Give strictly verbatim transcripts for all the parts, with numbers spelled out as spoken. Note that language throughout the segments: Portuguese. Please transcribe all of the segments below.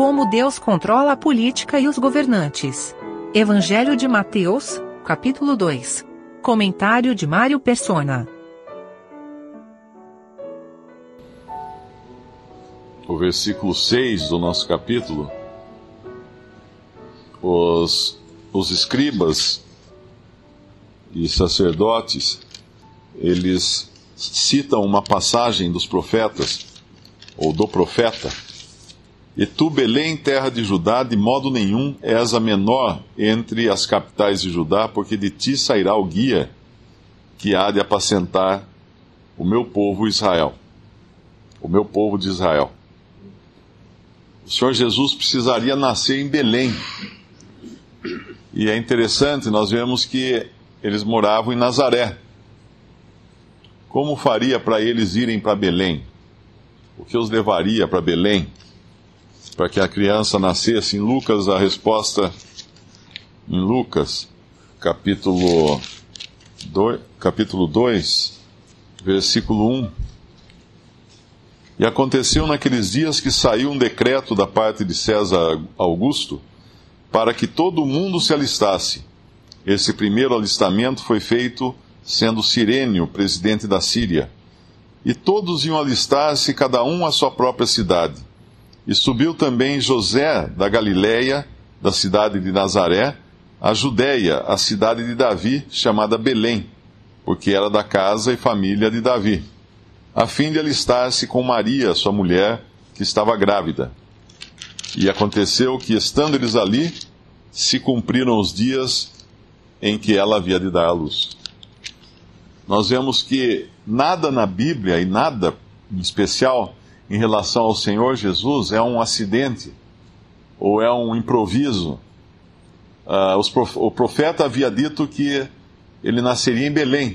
como Deus controla a política e os governantes. Evangelho de Mateus, capítulo dois. Comentário de Mário Persona. O versículo seis do nosso capítulo, os, os escribas e sacerdotes, eles citam uma passagem dos profetas, ou do profeta: E tu, Belém, terra de Judá, de modo nenhum és a menor entre as capitais de Judá, porque de ti sairá o guia que há de apacentar o meu povo Israel. O meu povo de Israel. O Senhor Jesus precisaria nascer em Belém. E é interessante, nós vemos que eles moravam em Nazaré. Como faria para eles irem para Belém? O que os levaria para Belém? Para que a criança nascesse? Em Lucas, a resposta, em Lucas, capítulo dois, capítulo dois, versículo um. E aconteceu naqueles dias que saiu um decreto da parte de César Augusto para que todo o mundo se alistasse. Esse primeiro alistamento foi feito sendo Cirênio presidente da Síria. E todos iam alistar-se, cada um à sua própria cidade. E subiu também José da Galiléia, da cidade de Nazaré, a Judéia, a cidade de Davi, chamada Belém, porque era da casa e família de Davi, a fim de alistar-se com Maria, sua mulher, que estava grávida. E aconteceu que, estando eles ali, se cumpriram os dias em que ela havia de dar à luz. Nós vemos que nada na Bíblia, e nada em especial em relação ao Senhor Jesus, é um acidente ou é um improviso. Uh, os prof... O profeta havia dito que ele nasceria em Belém.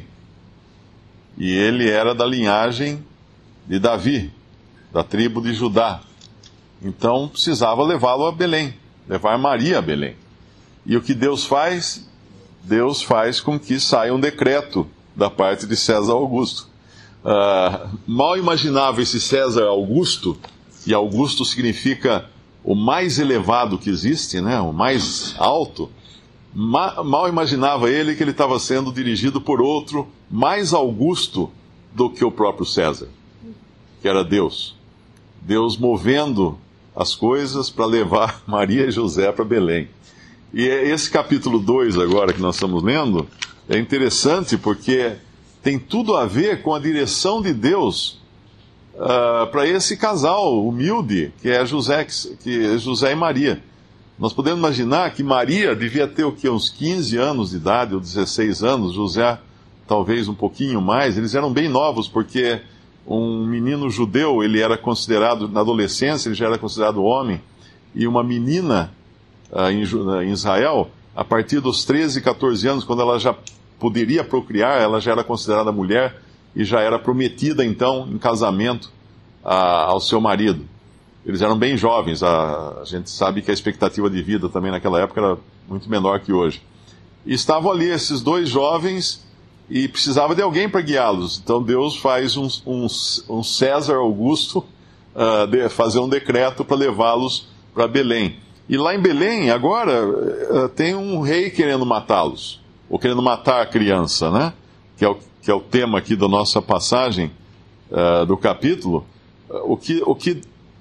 E ele era da linhagem de Davi, da tribo de Judá. Então precisava levá-lo a Belém, levar Maria a Belém. E o que Deus faz? Deus faz com que saia um decreto da parte de César Augusto. Uh, mal imaginava esse César Augusto, e Augusto significa o mais elevado que existe, né? O mais alto. Ma- mal imaginava ele que ele estava sendo dirigido por outro mais augusto do que o próprio César, que era Deus. Deus movendo as coisas para levar Maria e José para Belém. E esse capítulo dois agora que nós estamos lendo é interessante porque tem tudo a ver com a direção de Deus uh, para esse casal humilde que é José, que é José e Maria. Nós podemos imaginar que Maria devia ter o quê? Uns quinze anos de idade, ou dezesseis anos, José talvez um pouquinho mais. Eles eram bem novos, porque um menino judeu, ele era considerado, na adolescência, ele já era considerado homem, e uma menina uh, em, em Israel, a partir dos treze, catorze anos, quando ela já poderia procriar, ela já era considerada mulher, e já era prometida, então, em casamento a, ao seu marido. Eles eram bem jovens, a, a gente sabe que a expectativa de vida também naquela época era muito menor que hoje. E estavam ali esses dois jovens e precisava de alguém para guiá-los. Então Deus faz um, um, um César Augusto uh, de, fazer um decreto para levá-los para Belém. E lá em Belém, agora, uh, tem um rei querendo matá-los, ou querendo matar a criança, né? Que é o, que é o tema aqui da nossa passagem uh, do capítulo. Uh, o que... O que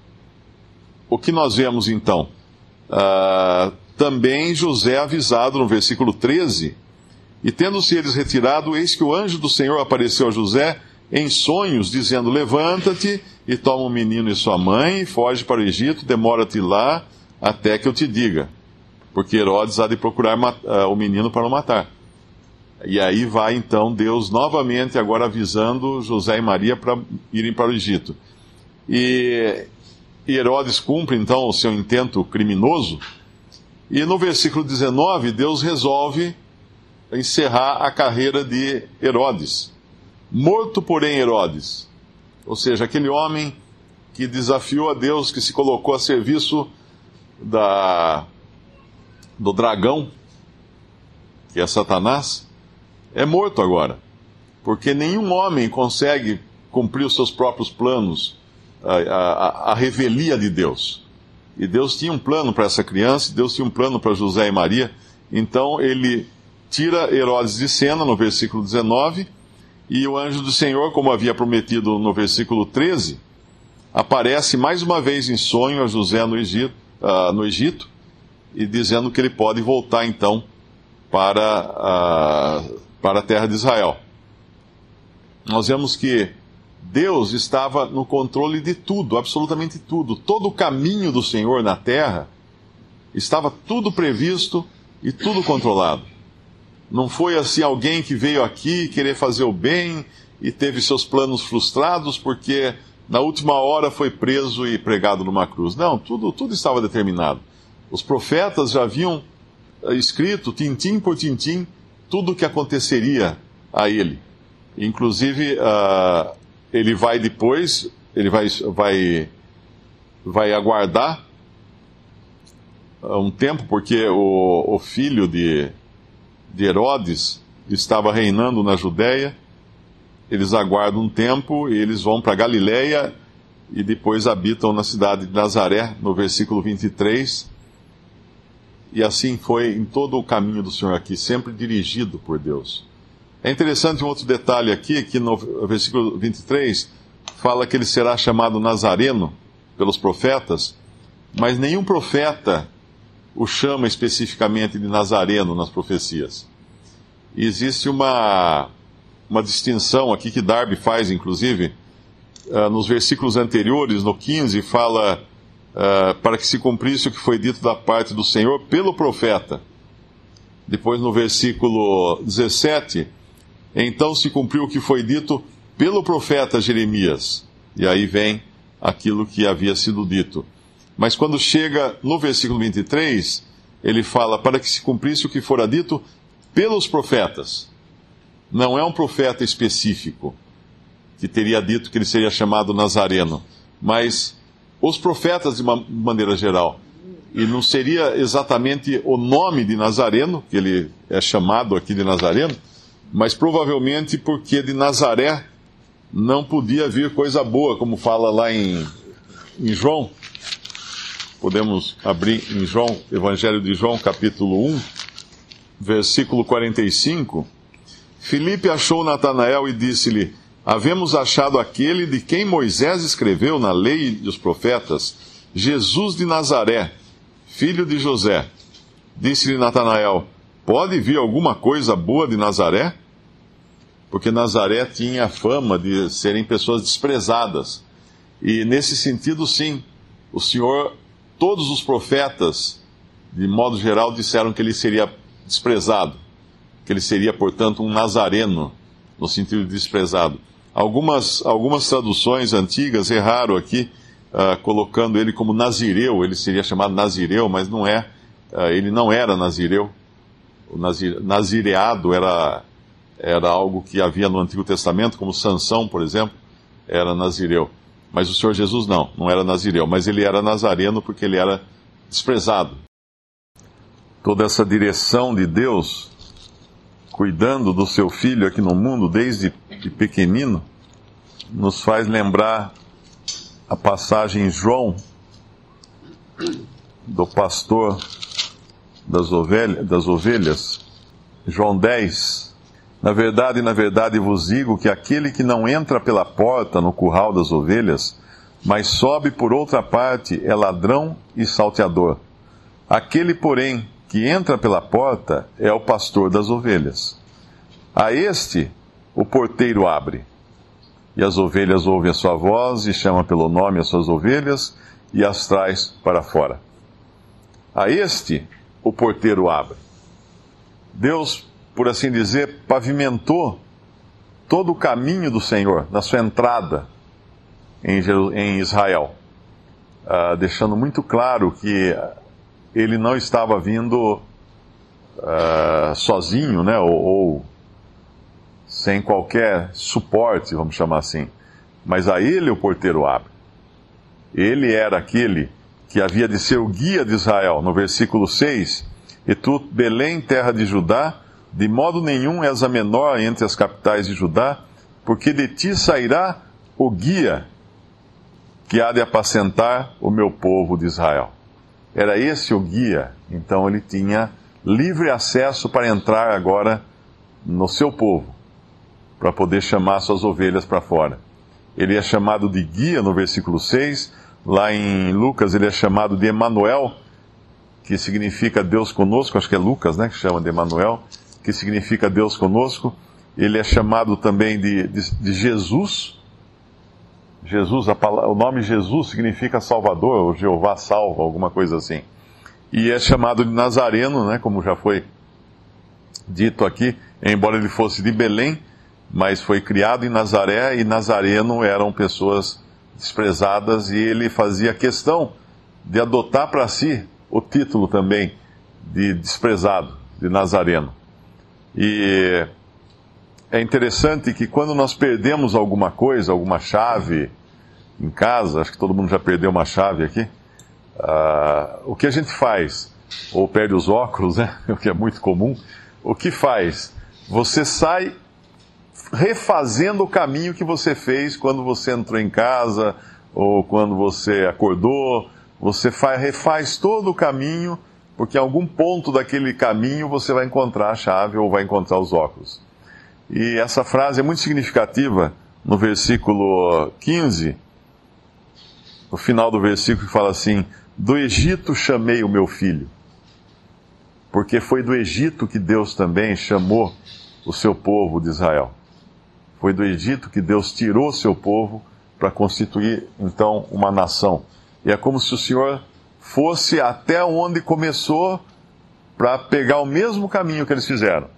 O que nós vemos então? Uh, também José avisado no versículo treze, e tendo-se eles retirado, eis que o anjo do Senhor apareceu a José em sonhos, dizendo: Levanta-te e toma o menino e sua mãe, e foge para o Egito, demora-te lá até que eu te diga, porque Herodes há de procurar uh, o menino para o matar. E aí vai então Deus novamente agora avisando José e Maria para irem para o Egito. E... E Herodes cumpre, então, o seu intento criminoso. E no versículo dezenove, Deus resolve encerrar a carreira de Herodes. Morto, porém, Herodes. Ou seja, aquele homem que desafiou a Deus, que se colocou a serviço da, do dragão, que é Satanás, é morto agora. Porque nenhum homem consegue cumprir os seus próprios planos, A, a, a revelia de Deus. E Deus tinha um plano para essa criança, Deus tinha um plano para José e Maria. Então ele tira Herodes de cena, no versículo dezenove, e o anjo do Senhor, como havia prometido no versículo treze, aparece mais uma vez em sonho a José no Egito, uh, no Egito e dizendo que ele pode voltar então para, uh, para a terra de Israel. Nós vemos que Deus estava no controle de tudo, absolutamente tudo. Todo o caminho do Senhor na terra estava tudo previsto e tudo controlado. Não foi assim alguém que veio aqui querer fazer o bem e teve seus planos frustrados porque na última hora foi preso e pregado numa cruz. Não, tudo, tudo estava determinado. Os profetas já haviam escrito, tintim por tintim, tudo o que aconteceria a ele. Inclusive, uh, ele vai depois, ele vai, vai, vai aguardar um tempo, porque o, o filho de, de Herodes estava reinando na Judéia. Eles aguardam um tempo e eles vão para Galiléia e depois habitam na cidade de Nazaré, no versículo vinte e três. E assim foi em todo o caminho do Senhor aqui, sempre dirigido por Deus. É interessante um outro detalhe aqui, que no versículo vinte e três fala que ele será chamado Nazareno pelos profetas, mas nenhum profeta o chama especificamente de Nazareno nas profecias. E existe uma, uma distinção aqui que Darby faz, inclusive, uh, nos versículos anteriores, no quinze, fala uh, para que se cumprisse o que foi dito da parte do Senhor pelo profeta. Depois, no versículo dezessete, então se cumpriu o que foi dito pelo profeta Jeremias. E aí vem aquilo que havia sido dito. Mas quando chega no versículo vinte e três, ele fala para que se cumprisse o que fora dito pelos profetas. Não é um profeta específico que teria dito que ele seria chamado Nazareno, mas os profetas de uma maneira geral. E não seria exatamente o nome de Nazareno, que ele é chamado aqui de Nazareno, mas provavelmente porque de Nazaré não podia vir coisa boa, como fala lá em, em João. Podemos abrir em João, Evangelho de João, capítulo um, versículo quarenta e cinco. Filipe achou Natanael e disse-lhe: havemos achado aquele de quem Moisés escreveu na lei e os profetas, Jesus de Nazaré, filho de José. Disse-lhe Natanael: pode vir alguma coisa boa de Nazaré? Porque Nazaré tinha a fama de serem pessoas desprezadas. E nesse sentido, sim, o Senhor, todos os profetas, de modo geral, disseram que ele seria desprezado, que ele seria, portanto, um nazareno, no sentido de desprezado. Algumas, algumas traduções antigas erraram aqui, uh, colocando ele como nazireu. Ele seria chamado nazireu, mas não é. Uh, ele não era nazireu. O nazire, nazireado era, era algo que havia no Antigo Testamento, como Sansão, por exemplo, era nazireu. Mas o Senhor Jesus não, não era nazireu, mas ele era nazareno porque ele era desprezado. Toda essa direção de Deus, cuidando do seu filho aqui no mundo, desde de pequenino, nos faz lembrar a passagem em João, do pastor das ovelhas, das ovelhas, João dez. Na verdade, na verdade vos digo que aquele que não entra pela porta no curral das ovelhas, mas sobe por outra parte, é ladrão e salteador. Aquele, porém, que entra pela porta é o pastor das ovelhas. A este o porteiro abre, e as ovelhas ouvem a sua voz, e chama pelo nome as suas ovelhas, e as traz para fora. A este o porteiro abre. Deus, por assim dizer, pavimentou todo o caminho do Senhor, na sua entrada em, em Israel, uh, deixando muito claro que ele não estava vindo uh, sozinho, né, ou, ou sem qualquer suporte, vamos chamar assim, mas a ele o porteiro abre. Ele era aquele que havia de ser o guia de Israel, no versículo seis, e tu, Belém, terra de Judá, de modo nenhum és a menor entre as capitais de Judá, porque de ti sairá o guia que há de apacentar o meu povo de Israel. era esse o guia. Então ele tinha livre acesso para entrar agora no seu povo, para poder chamar suas ovelhas para fora. Ele é chamado de guia no versículo seis, lá em Lucas ele é chamado de Emanuel, que significa Deus conosco, acho que é Lucas, né, que chama de Emanuel, que significa Deus conosco. Ele é chamado também de, de, de Jesus. Jesus, a palavra, o nome Jesus significa Salvador, ou Jeová salva, alguma coisa assim. E é chamado de Nazareno, né, como já foi dito aqui, embora ele fosse de Belém, mas foi criado em Nazaré, e Nazareno eram pessoas desprezadas, e ele fazia questão de adotar para si o título também de desprezado, de Nazareno. E é interessante que quando nós perdemos alguma coisa, alguma chave em casa, acho que todo mundo já perdeu uma chave aqui, uh, o que a gente faz? Ou perde os óculos, né? O que é muito comum. O que faz? Você sai refazendo o caminho que você fez quando você entrou em casa, ou quando você acordou. Você faz, refaz todo o caminho, porque em algum ponto daquele caminho você vai encontrar a chave ou vai encontrar os óculos. E essa frase é muito significativa no versículo quinze, no final do versículo, que fala assim: do Egito chamei o meu filho. Porque foi do Egito que Deus também chamou o seu povo de Israel. Foi do Egito que Deus tirou o seu povo para constituir, então, uma nação. E é como se o Senhor fosse até onde começou para pegar o mesmo caminho que eles fizeram.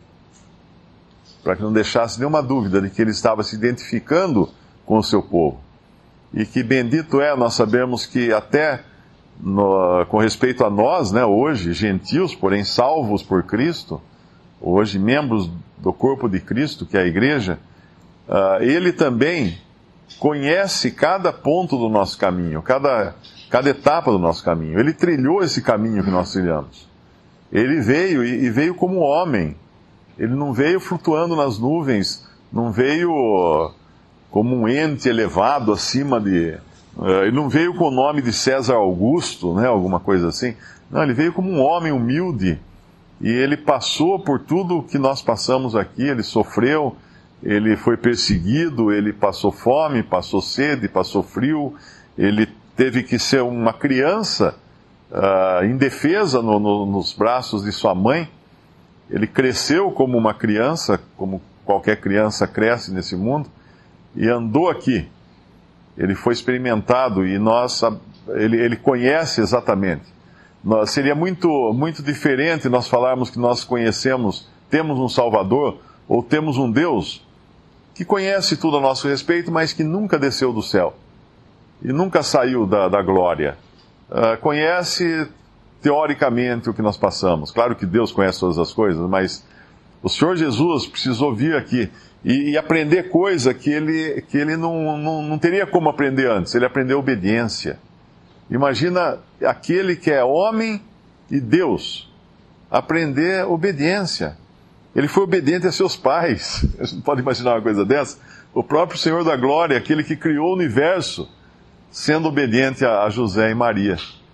Para que não deixasse nenhuma dúvida de que ele estava se identificando com o seu povo. E que bendito é nós sabemos que até no, com respeito a nós, né, hoje, gentios, porém salvos por Cristo, hoje membros do corpo de Cristo, que é a igreja, uh, ele também conhece cada ponto do nosso caminho, cada, cada etapa do nosso caminho. Ele trilhou esse caminho que nós trilhamos. Ele veio e, e veio como homem. Ele não veio flutuando nas nuvens, não veio como um ente elevado acima de... Uh, ele não veio com o nome de César Augusto, né, alguma coisa assim. Não, ele veio como um homem humilde. E ele passou por tudo que nós passamos aqui, ele sofreu, ele foi perseguido, ele passou fome, passou sede, passou frio, ele teve que ser uma criança uh, indefesa no, no, nos braços de sua mãe. Ele cresceu como uma criança, como qualquer criança cresce nesse mundo, e andou aqui. Ele foi experimentado e nós, ele, ele conhece exatamente. Nós, seria muito, muito diferente nós falarmos que nós conhecemos, temos um Salvador, ou temos um Deus que conhece tudo a nosso respeito, mas que nunca desceu do céu e nunca saiu da, da glória. Uh, conhece teoricamente o que nós passamos. Claro que Deus conhece todas as coisas, mas o Senhor Jesus precisou vir aqui e, e aprender coisa que ele, que ele não, não, não teria como aprender antes. Ele aprendeu obediência. Imagina aquele que é homem e Deus aprender obediência. Ele foi obediente a seus pais. Você não pode imaginar uma coisa dessa? O próprio Senhor da Glória, aquele que criou o universo, sendo obediente a José e Maria.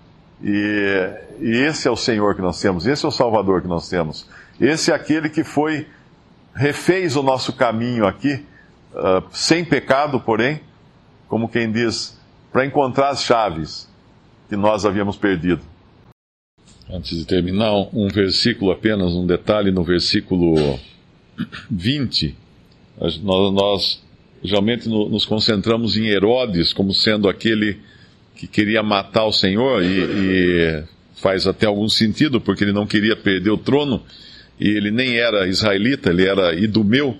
E, e esse é o Senhor que nós temos, esse é o Salvador que nós temos. Esse é aquele que foi, refez o nosso caminho aqui, uh, sem pecado, porém, como quem diz, para encontrar as chaves que nós havíamos perdido. Antes de terminar, um versículo apenas, um detalhe no versículo vinte. Nós, nós geralmente nos concentramos em Herodes como sendo aquele que queria matar o Senhor, e, e faz até algum sentido, porque ele não queria perder o trono, e ele nem era israelita, ele era idumeu.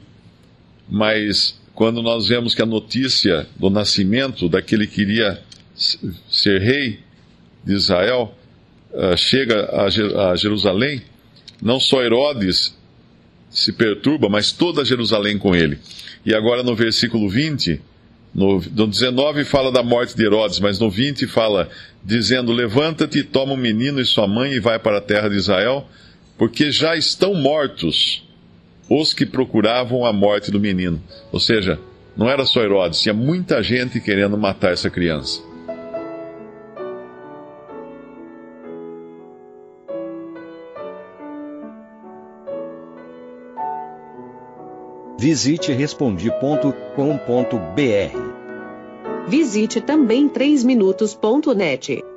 Mas quando nós vemos que a notícia do nascimento daquele que iria ser rei de Israel uh, chega a, a Jerusalém, não só Herodes se perturba, mas toda Jerusalém com ele. E agora no versículo vinte, no, no dezenove fala da morte de Herodes, mas no vinte fala, dizendo: levanta-te, toma o menino e sua mãe e vai para a terra de Israel, porque já estão mortos os que procuravam a morte do menino. Ou seja, não era só Herodes, tinha muita gente querendo matar essa criança. Visite respondi ponto com ponto br. Visite também três minutos ponto net.